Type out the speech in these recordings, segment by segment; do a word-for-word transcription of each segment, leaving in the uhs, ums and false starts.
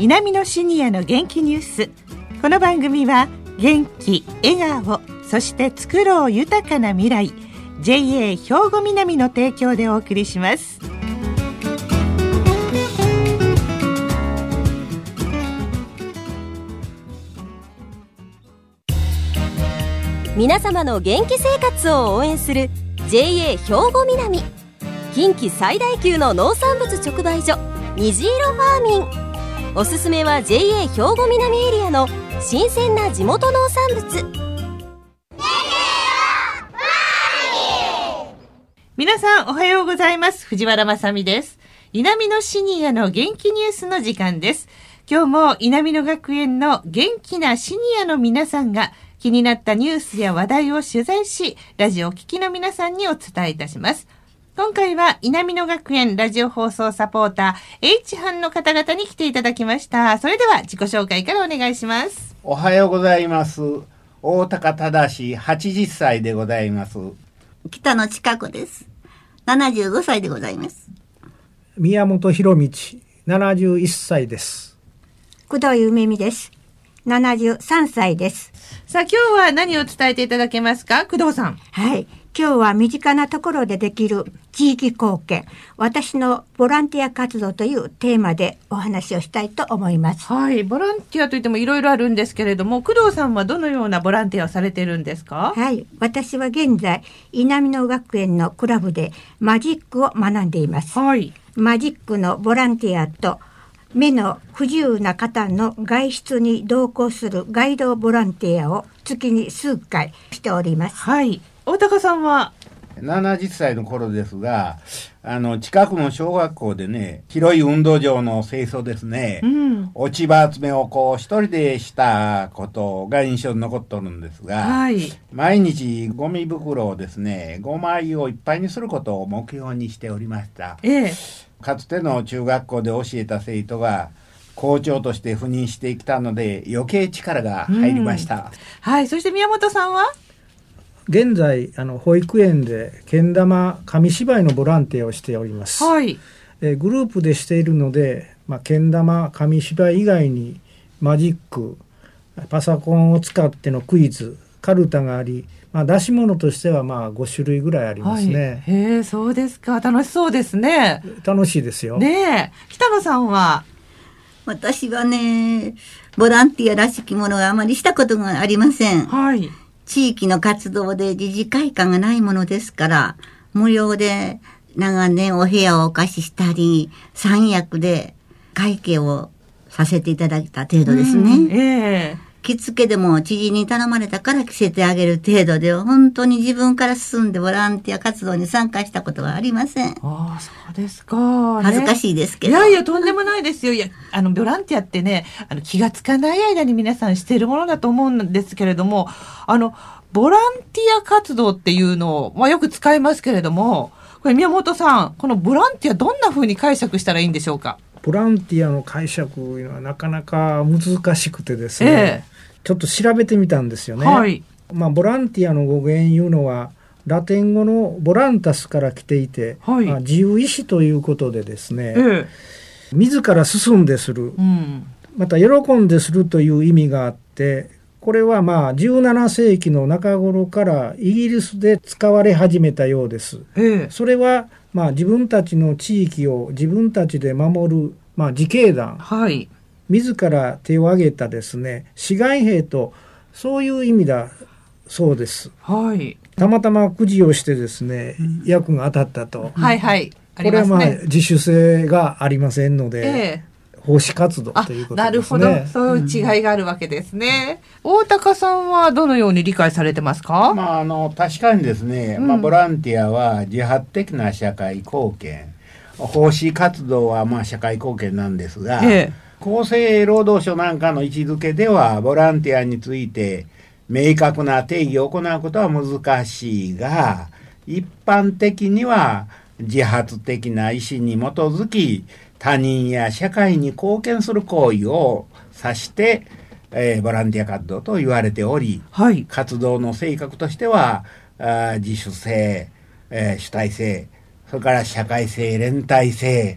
南のシニアの元気ニュース。この番組は元気、笑顔、そして作ろう豊かな未来 ジェイエー 兵庫南の提供でお送りします。 皆様の元気生活を応援する ジェイエー 兵庫南、近畿最大級の農産物直売所虹色ファーミン。おすすめは ジェイエー 兵庫南エリアの新鮮な地元農産物。 皆さんおはようございます。藤原まさみです。南のシニアの元気ニュースの時間です。今日も南野学園の元気なシニアの皆さんが気になったニュースや話題を取材し、ラジオを聴きの皆さんにお伝えいたします。今回は南野学園ラジオ放送サポーター H 班の方々に来ていただきました。それでは自己紹介からお願いします。 おはようございます。大高忠はちじゅっさいでございます。 北野千佳子です。ななじゅうごさいでございます。 宮本博道ななじゅういっさいです。 工藤夢美です。ななじゅうさんさいです。 さあ今日は何を伝えていただけますか、工藤さん。 はい、今日は身近なところでできる地域貢献、私のボランティア活動というテーマでお話をしたいと思います。 はい、ボランティアといってもいろいろあるんですけれども、工藤さんはどのようなボランティアをされているんですか？ はい、私は現在南野学園のクラブでマジックを学んでいます。 はい、 マジックのボランティアと目の不自由な方の外出に同行するガイドボランティアを月に数回しております。 はい、大高さんはななじゅっさいの頃ですが、あの近くの小学校でね、広い運動場の清掃ですね、うん、落ち葉集めをこう一人でしたことが印象に残っておるんですが、はい、毎日ゴミ袋をですねごまいをいっぱいにすることを目標にしておりました。ええ、かつての中学校で教えた生徒が校長として赴任してきたので余計力が入りました。うん、 はい。そして宮本さんは現在あの保育園でけん玉紙芝居のボランティアをしております。はい、えグループでしているので、まあ、けん玉紙芝居以外にマジック、パソコンを使ってのクイズ、カルタがあり、まあ、出し物としてはまあごしゅるいぐらいありますね。 はい、へえ、そうですか。楽しそうですね。 楽しいですよ。 ねえ、北野さんは？ 私はね、ボランティアらしきものがあまりしたことがありません。はい。地域の活動で自治会館がないものですから、無料で長年お部屋をお貸ししたり、三役で会計をさせていただいた程度ですね。うん、ええ。着付けでも知事に頼まれたから着せてあげる程度では、本当に自分から進んでボランティア活動に参加したことはありません。 ああ、そうですか、ね。 恥ずかしいですけど。 いやいや、とんでもないですよ。いや、あの、ボランティアってね、あの、気がつかない間に皆さんしているものだと思うんですけれども、あの、ボランティア活動っていうのを、まあ、よく使いますけれども、これ宮本さん、このボランティアどんな風に解釈したらいいんでしょうか？ ボランティアの解釈というのはなかなか難しくてですね、ええ、ちょっと調べてみたんですよね。はい。まあ、ボランティアの語源いうのはラテン語のボランタスから来ていて、はい、まあ、自由意志ということでですね、ええ、自ら進んでする、うん、また喜んでするという意味があって、これはまあじゅうななせいきの中頃からイギリスで使われ始めたようです。ええ、それはまあ自分たちの地域を自分たちで守る、まあ、自警団、はい、自ら手を挙げたですね志願兵と、そういう意味だそうです。はい、たまたまくじをしてですね、うん、役が当たったと。はいはい、これはまあ自主性がありませんので、ええ、奉仕活動ということですね。 なるほど、そういう違いがあるわけですね。うん、大高さんはどのように理解されてますか？ まあ、あの確かにですね、うん、まあ、ボランティアは自発的な社会貢献、奉仕活動はまあ社会貢献なんですが、ええ、厚生労働省なんかの位置づけではボランティアについて明確な定義を行うことは難しいが、一般的には自発的な意思に基づき他人や社会に貢献する行為を指して、えー、ボランティア活動と言われており、はい、活動の性格としてはあ自主性、えー、主体性、それから社会性、連帯性、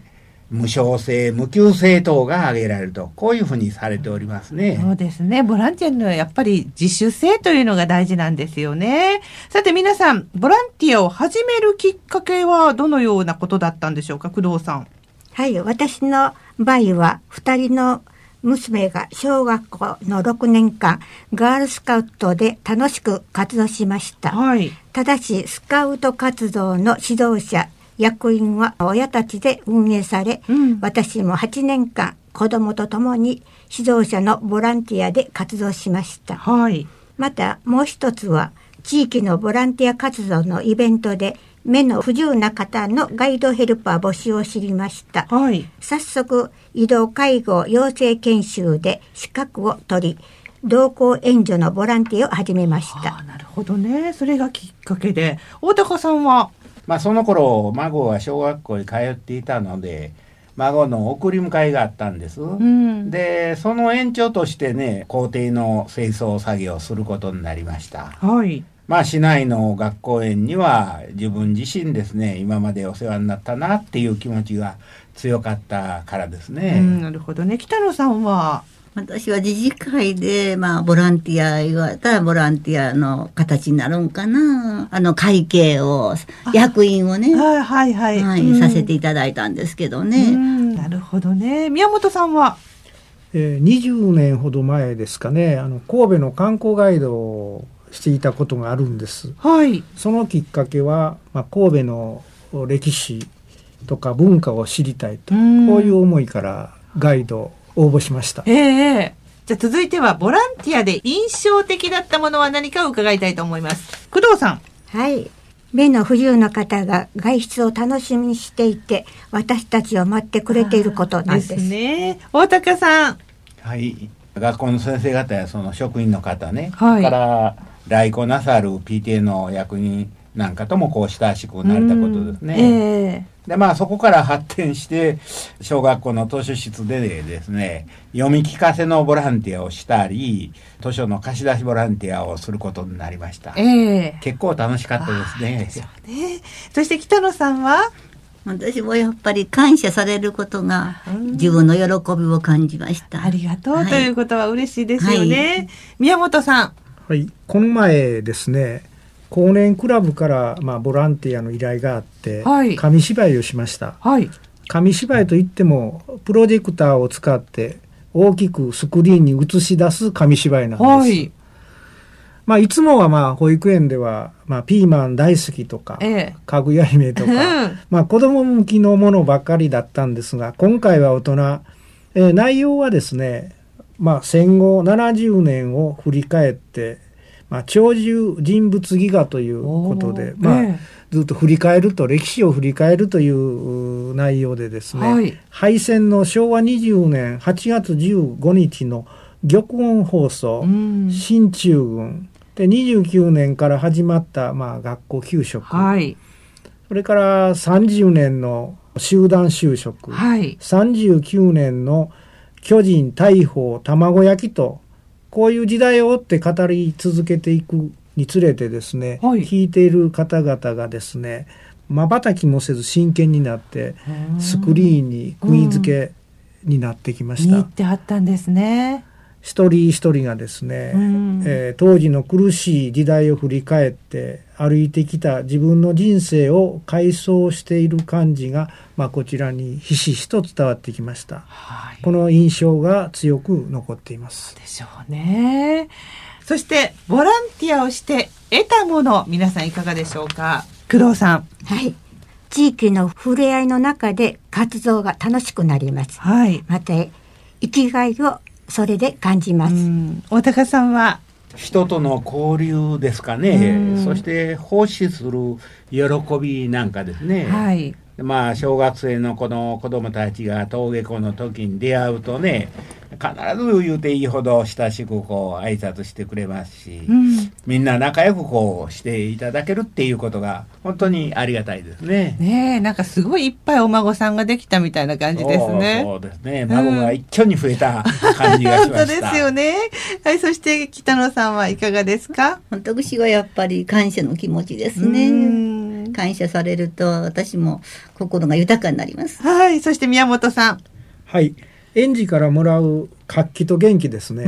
無償性、無給性等が挙げられると、こういうふうにされておりますね。 そうですね。ボランティアのやっぱり自主性というのが大事なんですよね。さて皆さん、ボランティアを始めるきっかけはどのようなことだったんでしょうか、工藤さん。 はい、私の場合はふたりの娘が小学校のろくねんかんガールスカウトで楽しく活動しました。はい、ただしスカウト活動の指導者役員は親たちで運営され、うん、私もはちねんかん子どもと共に指導者のボランティアで活動しました。はい、またもう一つは地域のボランティア活動のイベントで目の不自由な方のガイドヘルパー募集を知りました。はい、早速移動介護養成研修で資格を取り、同行援助のボランティアを始めました。 あ、なるほどね。それがきっかけで、大高さんはまあ、その頃孫は小学校に通っていたので孫の送り迎えがあったんです、うん、でその延長としてね校庭の清掃作業をすることになりました。はい、まあ市内の学校園には自分自身ですね今までお世話になったなっていう気持ちが強かったからですね。 うん、なるほどね。北野さんは私は自治会で、まあ、ボランティア言われたらボランティアの形になるんかな。あの会計を役員をね、 はいはいはい、 はい、うん、させていただいたんですけどね。 うん、なるほどね。宮本さんは、 えー、にじゅうねんほど前ですかね、あの神戸の観光ガイドをしていたことがあるんです。はい、そのきっかけは、まあ、神戸の歴史とか文化を知りたいと、うん、こういう思いからガイド応募しました。 ええー、じゃあ続いてはボランティアで印象的だったものは何かを伺いたいと思います。工藤さん。 はい。目の不自由な方が外出を楽しみにしていて私たちを待ってくれていることなんです。 ですね。大高さん。 はい。学校の先生方やその職員の方ね、はい、から来校なさる ピーティーエー の役員なんかともこう親しくなれたことですね。えー、でまあそこから発展して小学校の図書室でですね読み聞かせのボランティアをしたり図書の貸し出しボランティアをすることになりました。えー、結構楽しかったですね。 ですよね。そして北野さんは私もやっぱり感謝されることが自分の喜びを感じました。 ありがとう、はい、ということは嬉しいですよね。はい、宮本さん。 はい、この前ですね後年クラブから、まあ、ボランティアの依頼があって、はい、紙芝居をしました。はい、紙芝居といってもプロジェクターを使って大きくスクリーンに映し出す紙芝居なんです。はい、まあ、いつもはまあ保育園では、まあ、ピーマン大好きとか、ええ、かぐや姫とか、まあ、子供向きのものばっかりだったんですが今回は大人、えー、内容はですね、まあ、戦後ななじゅうねんを振り返ってまあ、鳥獣人物戯画ということで、まあええ、ずっと振り返ると歴史を振り返るという内容でですね、はい、敗戦のしょうわにじゅうねんはちがつじゅうごにちの玉音放送、うん、進駐軍でにじゅうきゅうねんから始まった、まあ、学校給食、はい、それからさんじゅうねんの集団就職、はい、さんじゅうきゅうねんの巨人大砲卵焼きとこういう時代を追って語り続けていくにつれてですね、はい、聞いている方々がですね瞬きもせず真剣になってスクリーンに釘付けになってきました。 見入ってはったんですね。 一人一人がですね、えー、当時の苦しい時代を振り返って歩いてきた自分の人生を回想している感じが、まあ、こちらにひしひしと伝わってきました。はい、この印象が強く残っています。 でしょうね。そしてボランティアをして得たもの皆さんいかがでしょうか。工藤さん。 はい。地域の触れ合いの中で活動が楽しくなります。はい。また生きがいをそれで感じます。 大高さんは人との交流ですかね。そして奉仕する喜びなんかですね。はい、まあ小学生のこの子供たちが登下校の時に出会うとね必ず言うていいほど親しくこう挨拶してくれますし、うん、みんな仲良くこうしていただけるっていうことが本当にありがたいですね。 ねえ、なんかすごいいっぱいお孫さんができたみたいな感じですね。 そう、そうですね。孫が一挙に増えた感じがしました。 本当ですよね。はい、そして北野さんはいかがですか。 私はやっぱり感謝の気持ちですね。 感謝されると私も心が豊かになります。 はい。そして宮本さん。 はい。園児からもらう活気と元気ですね。 うん。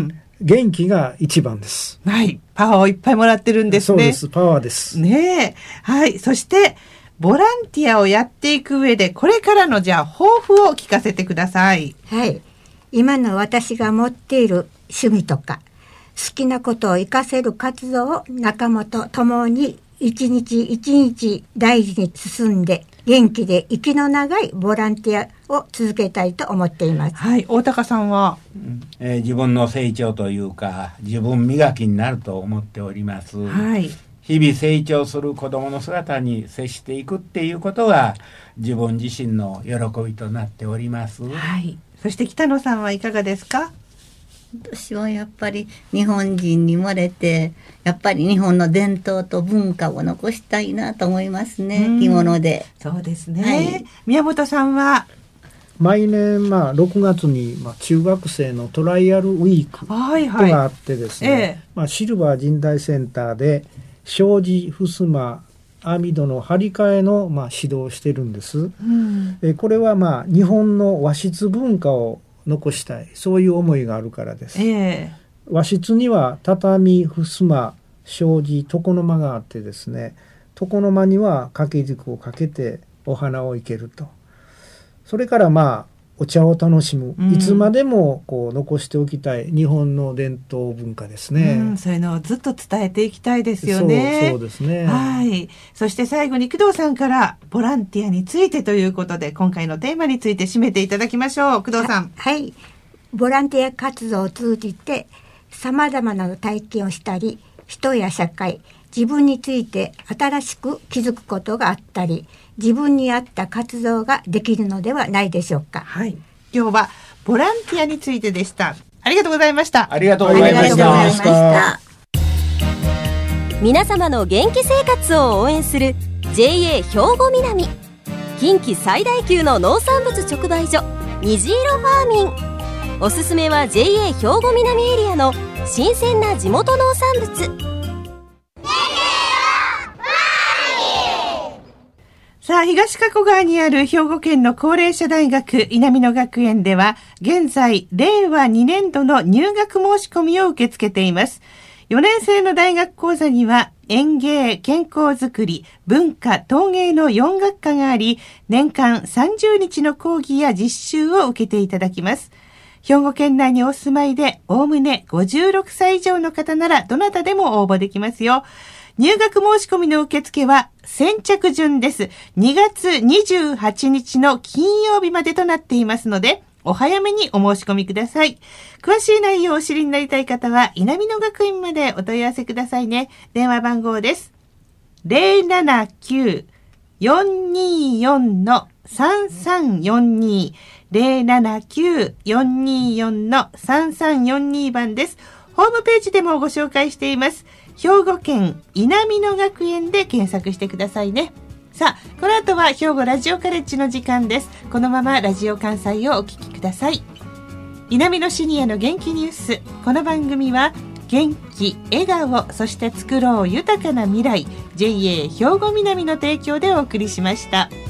元気が一番です。 はい。パワーをいっぱいもらってるんですね。 そうです。パワーです。 ねえ。はい。そしてボランティアをやっていく上でこれからのじゃあ抱負を聞かせてください。 はい。今の私が持っている趣味とか好きなことを活かせる活動を仲間と共に一日一日大事に進んで元気で息の長いボランティアを続けたいと思っています。 はい。大高さんは、 えー、自分の成長というか自分磨きになると思っております。 はい。 日々成長する子どもの姿に接していくっていうことが自分自身の喜びとなっております。 はい。そして北野さんはいかがですか？ 私はやっぱり日本人に生まれてやっぱり日本の伝統と文化を残したいなと思いますね。着物で。 そうですね。 はい、 宮本さんは毎年まあろくがつにまあ中学生のトライアルウィークがあってですね、はいはいええまあ、シルバー人材センターで障子、襖、網戸の張り替えのまあ指導をしてるんです、うん、えこれはまあ日本の和室文化を残したい、そういう思いがあるからです、えー、和室には畳、襖、障子、床の間があってですね、床の間には掛け軸をかけてお花を生けると、それからまあお茶を楽しむ、うん、いつまでもこう残しておきたい日本の伝統文化ですね、うん、 そういうのをずっと伝えていきたいですよね。 そう、そうですね。 はい。そして最後に工藤さんからボランティアについてということで今回のテーマについて締めていただきましょう。工藤さん。 は、はい。ボランティア活動を通じて様々な体験をしたり、人や社会、自分について新しく気づくことがあったり、自分に合った活動ができるのではないでしょうか。 はい。今日はボランティアについてでした。ありがとうございました。 ありがとうございました。 した。 皆様の元気生活を応援する ジェイエー 兵庫南、近畿最大級の農産物直売所虹色ファーミン。おすすめは ジェイエー 兵庫南エリアの新鮮な地元農産物。 さあ、東加古川にある兵庫県の高齢者大学稲美野学園では、現在、れいわにねんどの入学申し込みを受け付けています。よねん生の大学講座には、園芸、健康づくり、文化、陶芸のよん学科があり、年間さんじゅうにちの講義や実習を受けていただきます。兵庫県内にお住まいで、おおむねごじゅうろくさい以上の方なら、どなたでも応募できますよ。入学申し込みの受付は先着順です。にがつにじゅうはちにちの金曜日までとなっていますので、お早めにお申し込みください。詳しい内容をお知りになりたい方は、稲美野学院までお問い合わせくださいね。電話番号です。ゼロななきゅう よんにーよん さんさんよんに ゼロななきゅう よんにーよん さんさんよんに 番です。ホームページでもご紹介しています。兵庫県稲美野学園で検索してくださいね。さあ、この後は兵庫ラジオカレッジの時間です。このままラジオ関西をお聞きください。稲美野シニアの元気ニュース。この番組は元気、笑顔、そして作ろう豊かな未来 ジェイエー 兵庫南の提供でお送りしました。